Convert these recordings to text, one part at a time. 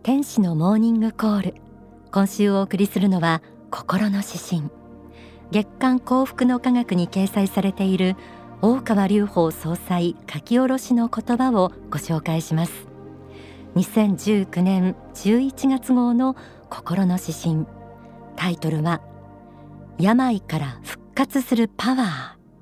天使のモーニングコール。今週お送りするのは心の指針。月刊幸福の科学に掲載されている大川隆法総裁書き下ろしの言葉をご紹介します。2019年11月号の心の指針。タイトルは病から復活するパワー。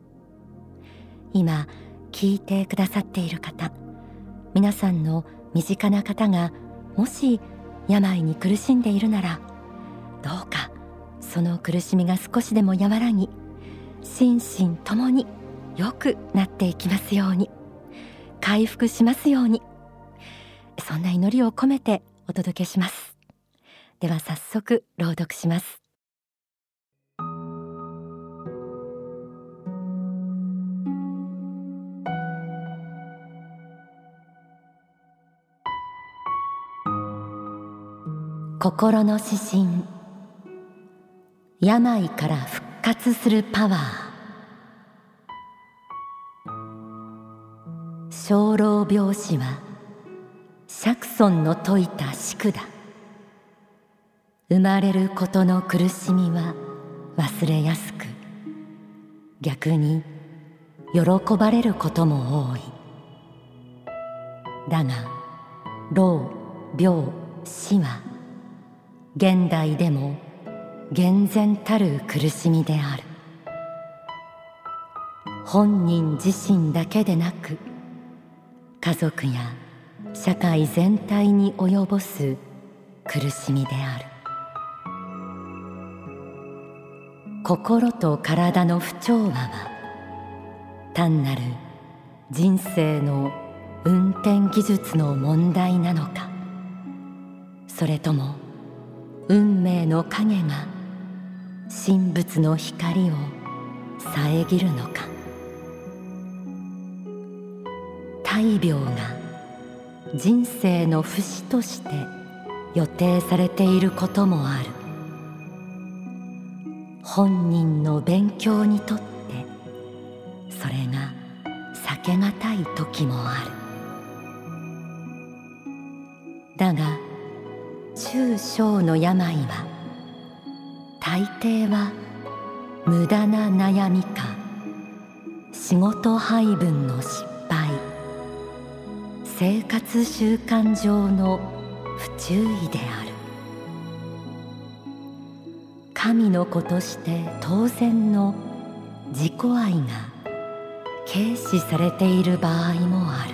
今聞いてくださっている方、皆さんの身近な方がもし病に苦しんでいるなら、どうかその苦しみが少しでも和らぎ、心身ともに良くなっていきますように、回復しますように、そんな祈りを込めてお届けします。では早速朗読します。心の指針。病から復活するパワー。生老病死は釈尊の説いた宿だ。生まれることの苦しみは忘れやすく、逆に喜ばれることも多い。だが老病死は現代でも厳然たる苦しみである。本人自身だけでなく、家族や社会全体に及ぼす苦しみである。心と体の不調和は単なる人生の運転技術の問題なのか、それとも運命の影が神仏の光を遮るのか。大病が人生の節として予定されていることもある。本人の勉強にとってそれが避けがたい時もある。だが中小の病は大抵は無駄な悩みか仕事配分の失敗、生活習慣上の不注意である。神の子として当然の自己愛が軽視されている場合もある。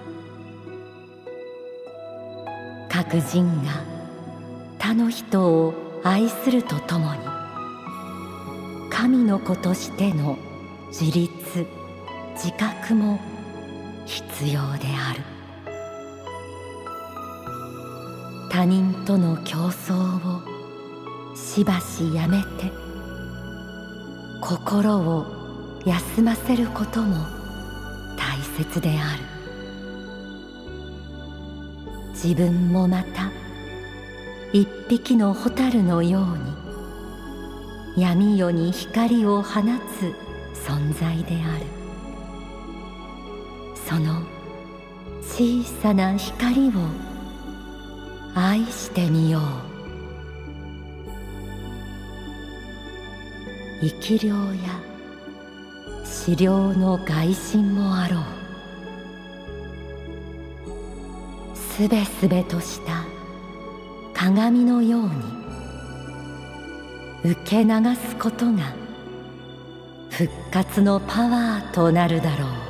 各人が他の人を愛するとともに、神の子としての自立自覚も必要である。他人との競争をしばしやめて、心を休ませることも大切である。自分もまた一匹の蛍のように闇夜に光を放つ存在である。その小さな光を愛してみよう。生き量や死量の外心もあろう。すべすべとした鏡のように受け流すことが復活のパワーとなるだろう。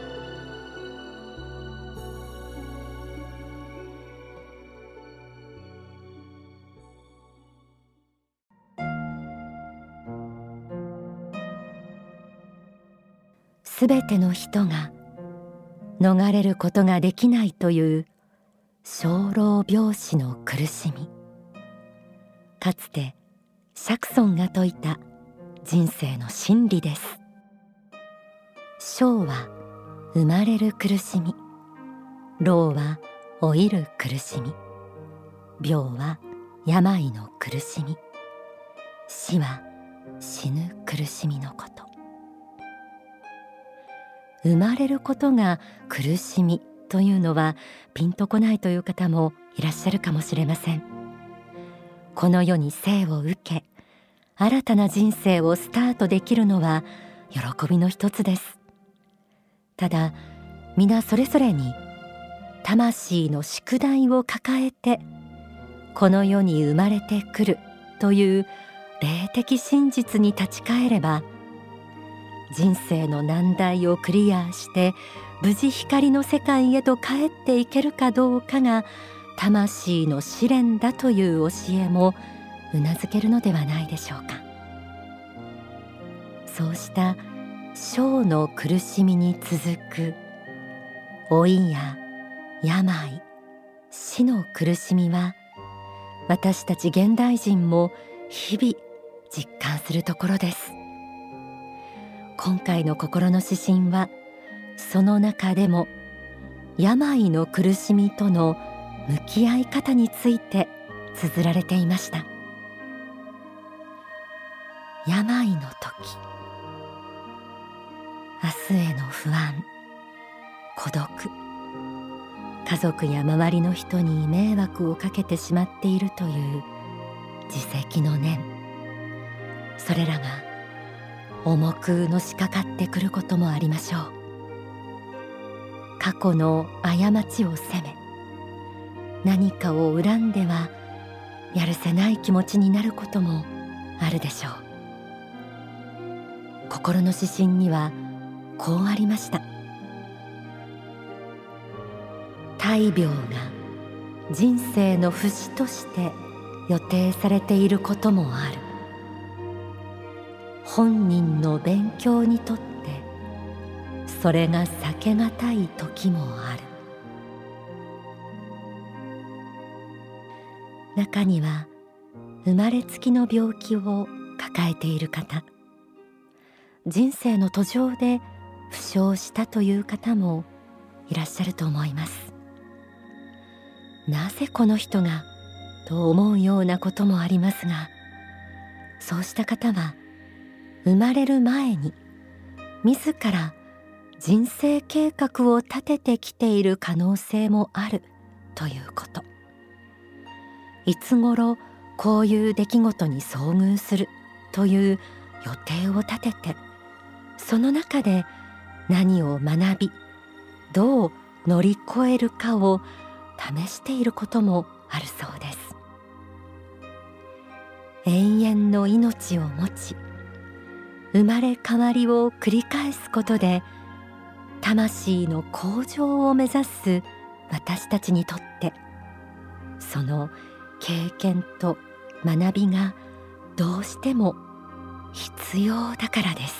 すべての人が逃れることができないという生老病死の苦しみ。かつて釈尊が説いた人生の真理です。生は生まれる苦しみ、老は老いる苦しみ、病は病の苦しみ、死は死ぬ苦しみのこと。生まれることが苦しみというのはピンとこないという方もいらっしゃるかもしれません。この世に生を受け、新たな人生をスタートできるのは喜びの一つです。ただ、皆それぞれに魂の宿題を抱えてこの世に生まれてくるという霊的真実に立ち返れば、人生の難題をクリアして無事光の世界へと帰っていけるかどうかが魂の試練だという教えもうなずけるのではないでしょうか。そうした生の苦しみに続く老いや病、死の苦しみは、私たち現代人も日々実感するところです。今回の心の指針は、その中でも病の苦しみとの向き合い方について綴られていました。病の時、明日への不安、孤独、家族や周りの人に迷惑をかけてしまっているという自責の念、それらが重くのしかかってくることもありましょう。過去の過ちを責め、何かを恨んではやるせない気持ちになることもあるでしょう。心の指針にはこうありました。大病が人生の節として予定されていることもある。本人の勉強にとってそれが避けがたい時もある。中には生まれつきの病気を抱えている方、人生の途上で負傷したという方もいらっしゃると思います。なぜこの人がと思うようなこともありますが、そうした方は生まれる前に自ら人生計画を立ててきている可能性もあるということ。いつ頃こういう出来事に遭遇するという予定を立てて、その中で何を学び、どう乗り越えるかを試していることもあるそうです。永遠の命を持ち、生まれ変わりを繰り返すことで魂の向上を目指す私たちにとって、その経験と学びがどうしても必要だからです。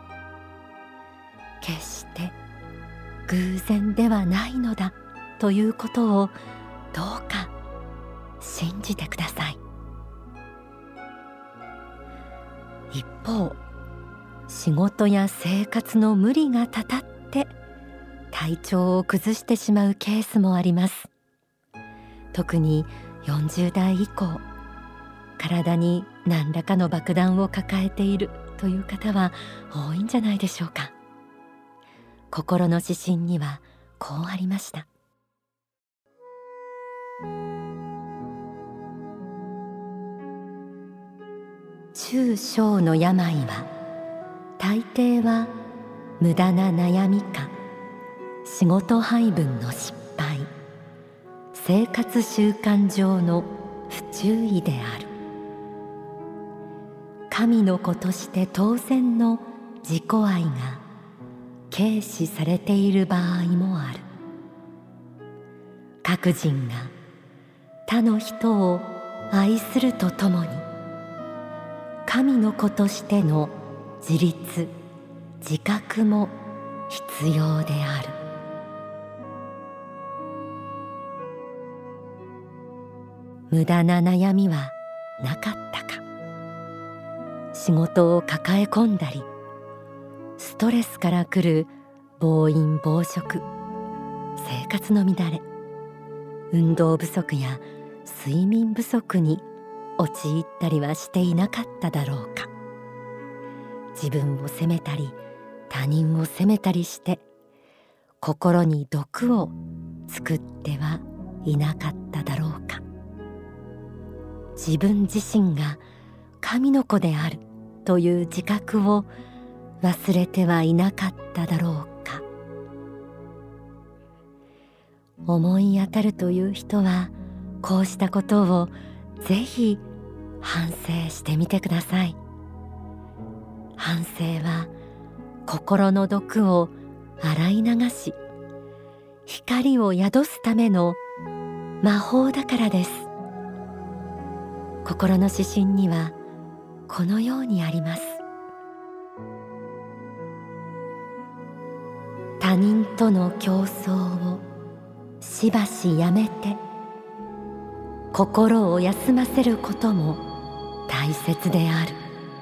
決して偶然ではないのだということをどうか信じてください。一方、仕事や生活の無理がたたって体調を崩してしまうケースもあります。特に40代以降、体に何らかの爆弾を抱えているという方は多いんじゃないでしょうか。心の指針にはこうありました。中小の病は大抵は無駄な悩みか仕事配分の失敗、生活習慣上の不注意である。神の子として当然の自己愛が軽視されている場合もある。各人が他の人を愛するとともに、神の子としての自立・自覚も必要である。無駄な悩みはなかったか。仕事を抱え込んだり、ストレスからくる暴飲暴食、生活の乱れ、運動不足や睡眠不足に陥ったりはしていなかっただろうか。自分を責めたり他人を責めたりして心に毒を作ってはいなかっただろうか。自分自身が神の子であるという自覚を忘れてはいなかっただろうか。思い当たるという人はこうしたことをぜひ反省してみてください。反省は心の毒を洗い流し、光を宿すための魔法だからです。心の指針にはこのようにあります。他人との競争をしばしやめて、心を休ませることも大切である。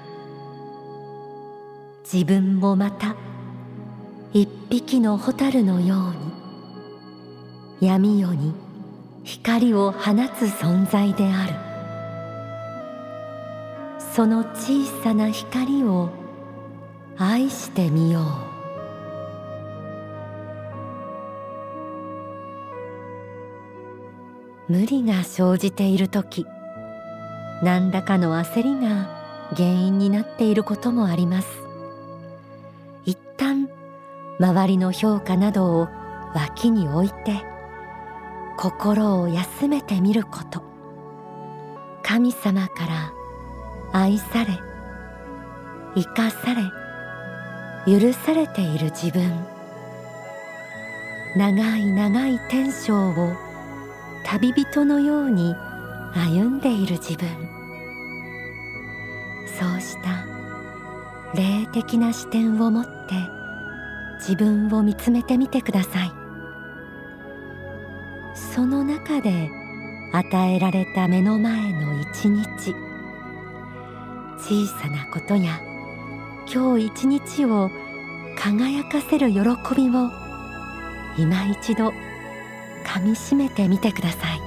自分もまた一匹の蛍のように闇夜に光を放つ存在である。その小さな光を愛してみよう。無理が生じているとき、何らかの焦りが原因になっていることもあります。一旦周りの評価などを脇に置いて、心を休めてみること。神様から愛され、生かされ、許されている自分、長い長い天生を旅人のように歩んでいる自分、そうした霊的な視点を持って自分を見つめてみてください。その中で与えられた目の前の一日、小さなことや今日一日を輝かせる喜びを今一度かみしめてみてください。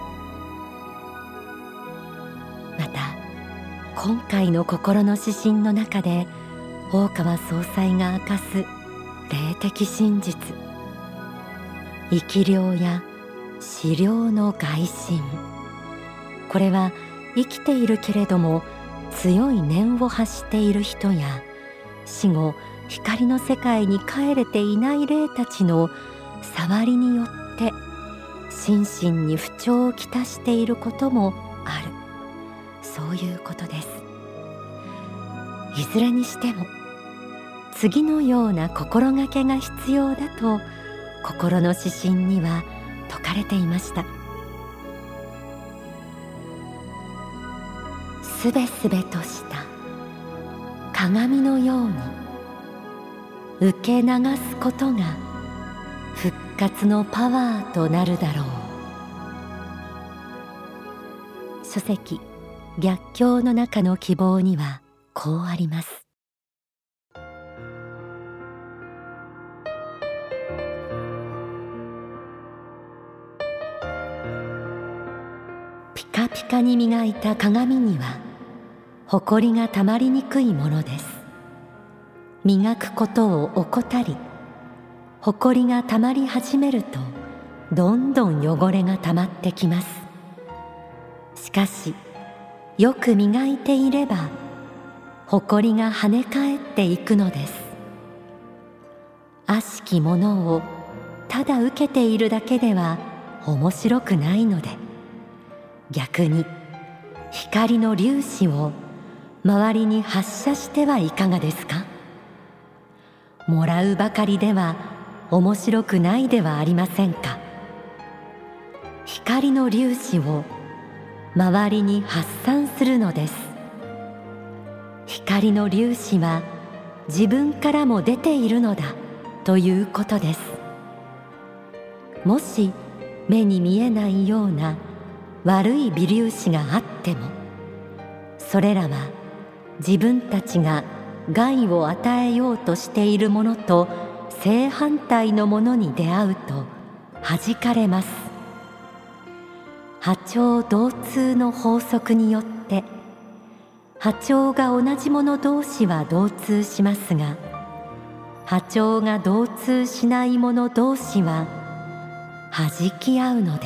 また今回の心の指針の中で大川総裁が明かす霊的真実、生き量や死量の外心、これは生きているけれども強い念を発している人や死後光の世界に帰れていない霊たちの触りによって心身に不調をきたしていることもある、そういうことです。いずれにしても次のような心がけが必要だと心の指針には説かれていました。すべすべとした鏡のように受け流すことが復活のパワーとなるだろう。書籍逆境の中の希望にはこうあります。ピカピカに磨いた鏡にはほこりがたまりにくいものです。磨くことを怠り、ほこりがたまり始めるとどんどん汚れがたまってきます。しかしよく磨いていればほこりが跳ね返っていくのです。悪しきものをただ受けているだけでは面白くないので、逆に光の粒子を周りに発射してはいかがですか。もらうばかりでは面白くないではありませんか。光の粒子を周りに発散するのです。光の粒子は自分からも出ているのだということです。もし目に見えないような悪い微粒子があっても、それらは自分たちが害を与えようとしているものと正反対のものに出会うと弾かれます。波長同通の法則によって波長が同じもの同士は同通しますが、 波長が同通しない者同士は弾き合うのです。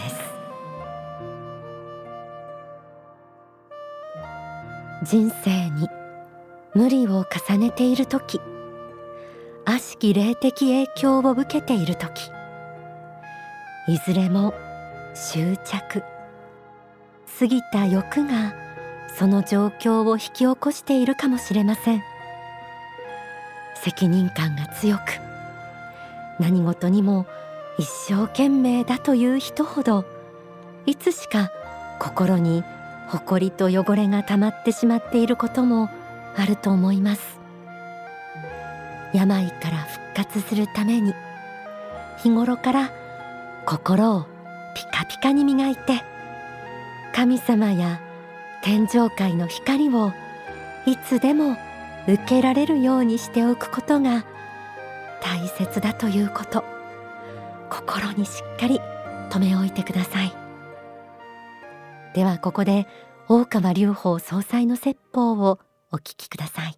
人生に無理を重ねているとき、悪しき霊的影響を受けているとき、いずれも執着、過ぎた欲がその状況を引き起こしているかもしれません。責任感が強く、何事にも一生懸命だという人ほど、いつしか心に埃と汚れが溜まってしまっていることもあると思います。病から復活するために、日頃から心をピカピカに磨いて、神様や天上界の光をいつでも受けられるようにしておくことが大切だということ、心にしっかり留め置いてください。ではここで大川隆法総裁の説法をお聞きください。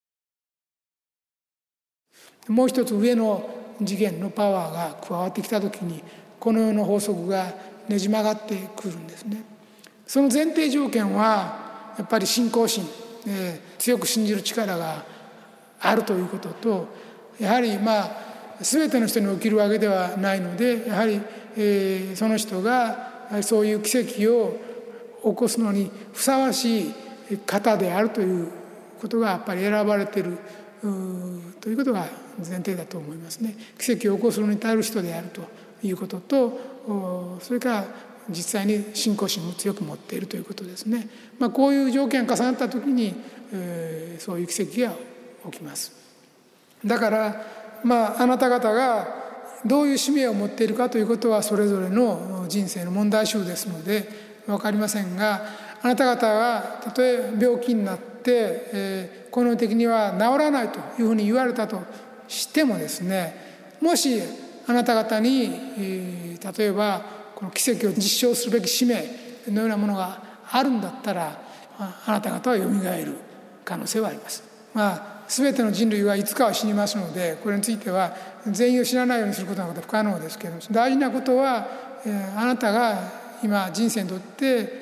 もう一つ上の次元のパワーが加わってきたときに、この世の法則がねじ曲がってくるんですね。その前提条件はやっぱり信仰心、強く信じる力があるということと、やはり全ての人に起きるわけではないので、やはり、その人がそういう奇跡を起こすのにふさわしい方であるということがやっぱり選ばれているということが前提だと思いますね。奇跡を起こすのに足る人であるということと、それから実際に信仰心も強く持っているということですね。こういう条件が重なった時に、そういう奇跡が起きます。だからあなた方がどういう使命を持っているかということはそれぞれの人生の問題集ですので分かりませんが、あなた方がたとえ病気になって、この世的には治らないというふうに言われたとしてもですね、もしあなた方に、例えばこの奇跡を実証するべき使命のようなものがあるんだったら、あなた方はよみがえる可能性はあります。全ての人類はいつかは死にますので、これについては全員を死なないようにすることは不可能ですけれども、大事なことは、あなたが今人生にとって、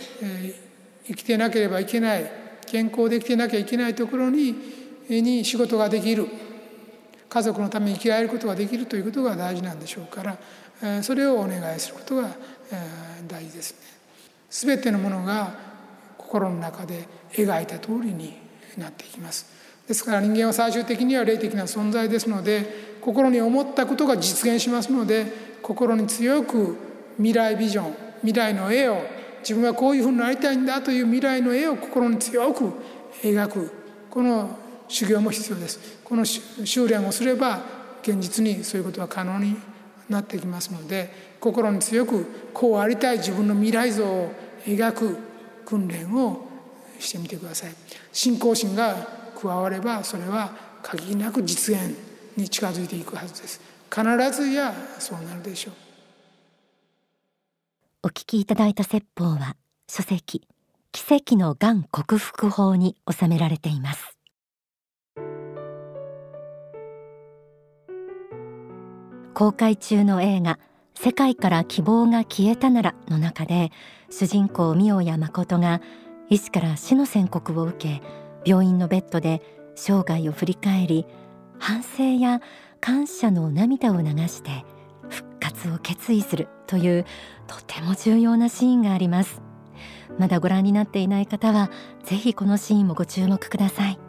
生きてなければいけない、健康で生きてなきゃいけないところに仕事ができる、家族のために生きられることができるということが大事なんでしょうから、それをお願いすることが大事ですね。全てのものが心の中で描いた通りになっていきます。ですから人間は最終的には霊的な存在ですので、心に思ったことが実現しますので、心に強く未来ビジョン、未来の絵を、自分はこういうふうになりたいんだという未来の絵を心に強く描く、この修行も必要です。この修練をすれば現実にそういうことは可能になってきますので、心に強くこうありたい自分の未来像を描く訓練をしてみてください。信仰心が加われば、それは限りなく実現に近づいていくはずです。必ずやそうなるでしょう。 お聞きいただいた説法は書籍奇跡のがん克服法に収められています。公開中の映画世界から希望が消えたならの中で、主人公三代谷誠が医師から死の宣告を受け、病院のベッドで生涯を振り返り、反省や感謝の涙を流して復活を決意するというとても重要なシーンがあります。まだご覧になっていない方はぜひこのシーンもご注目ください。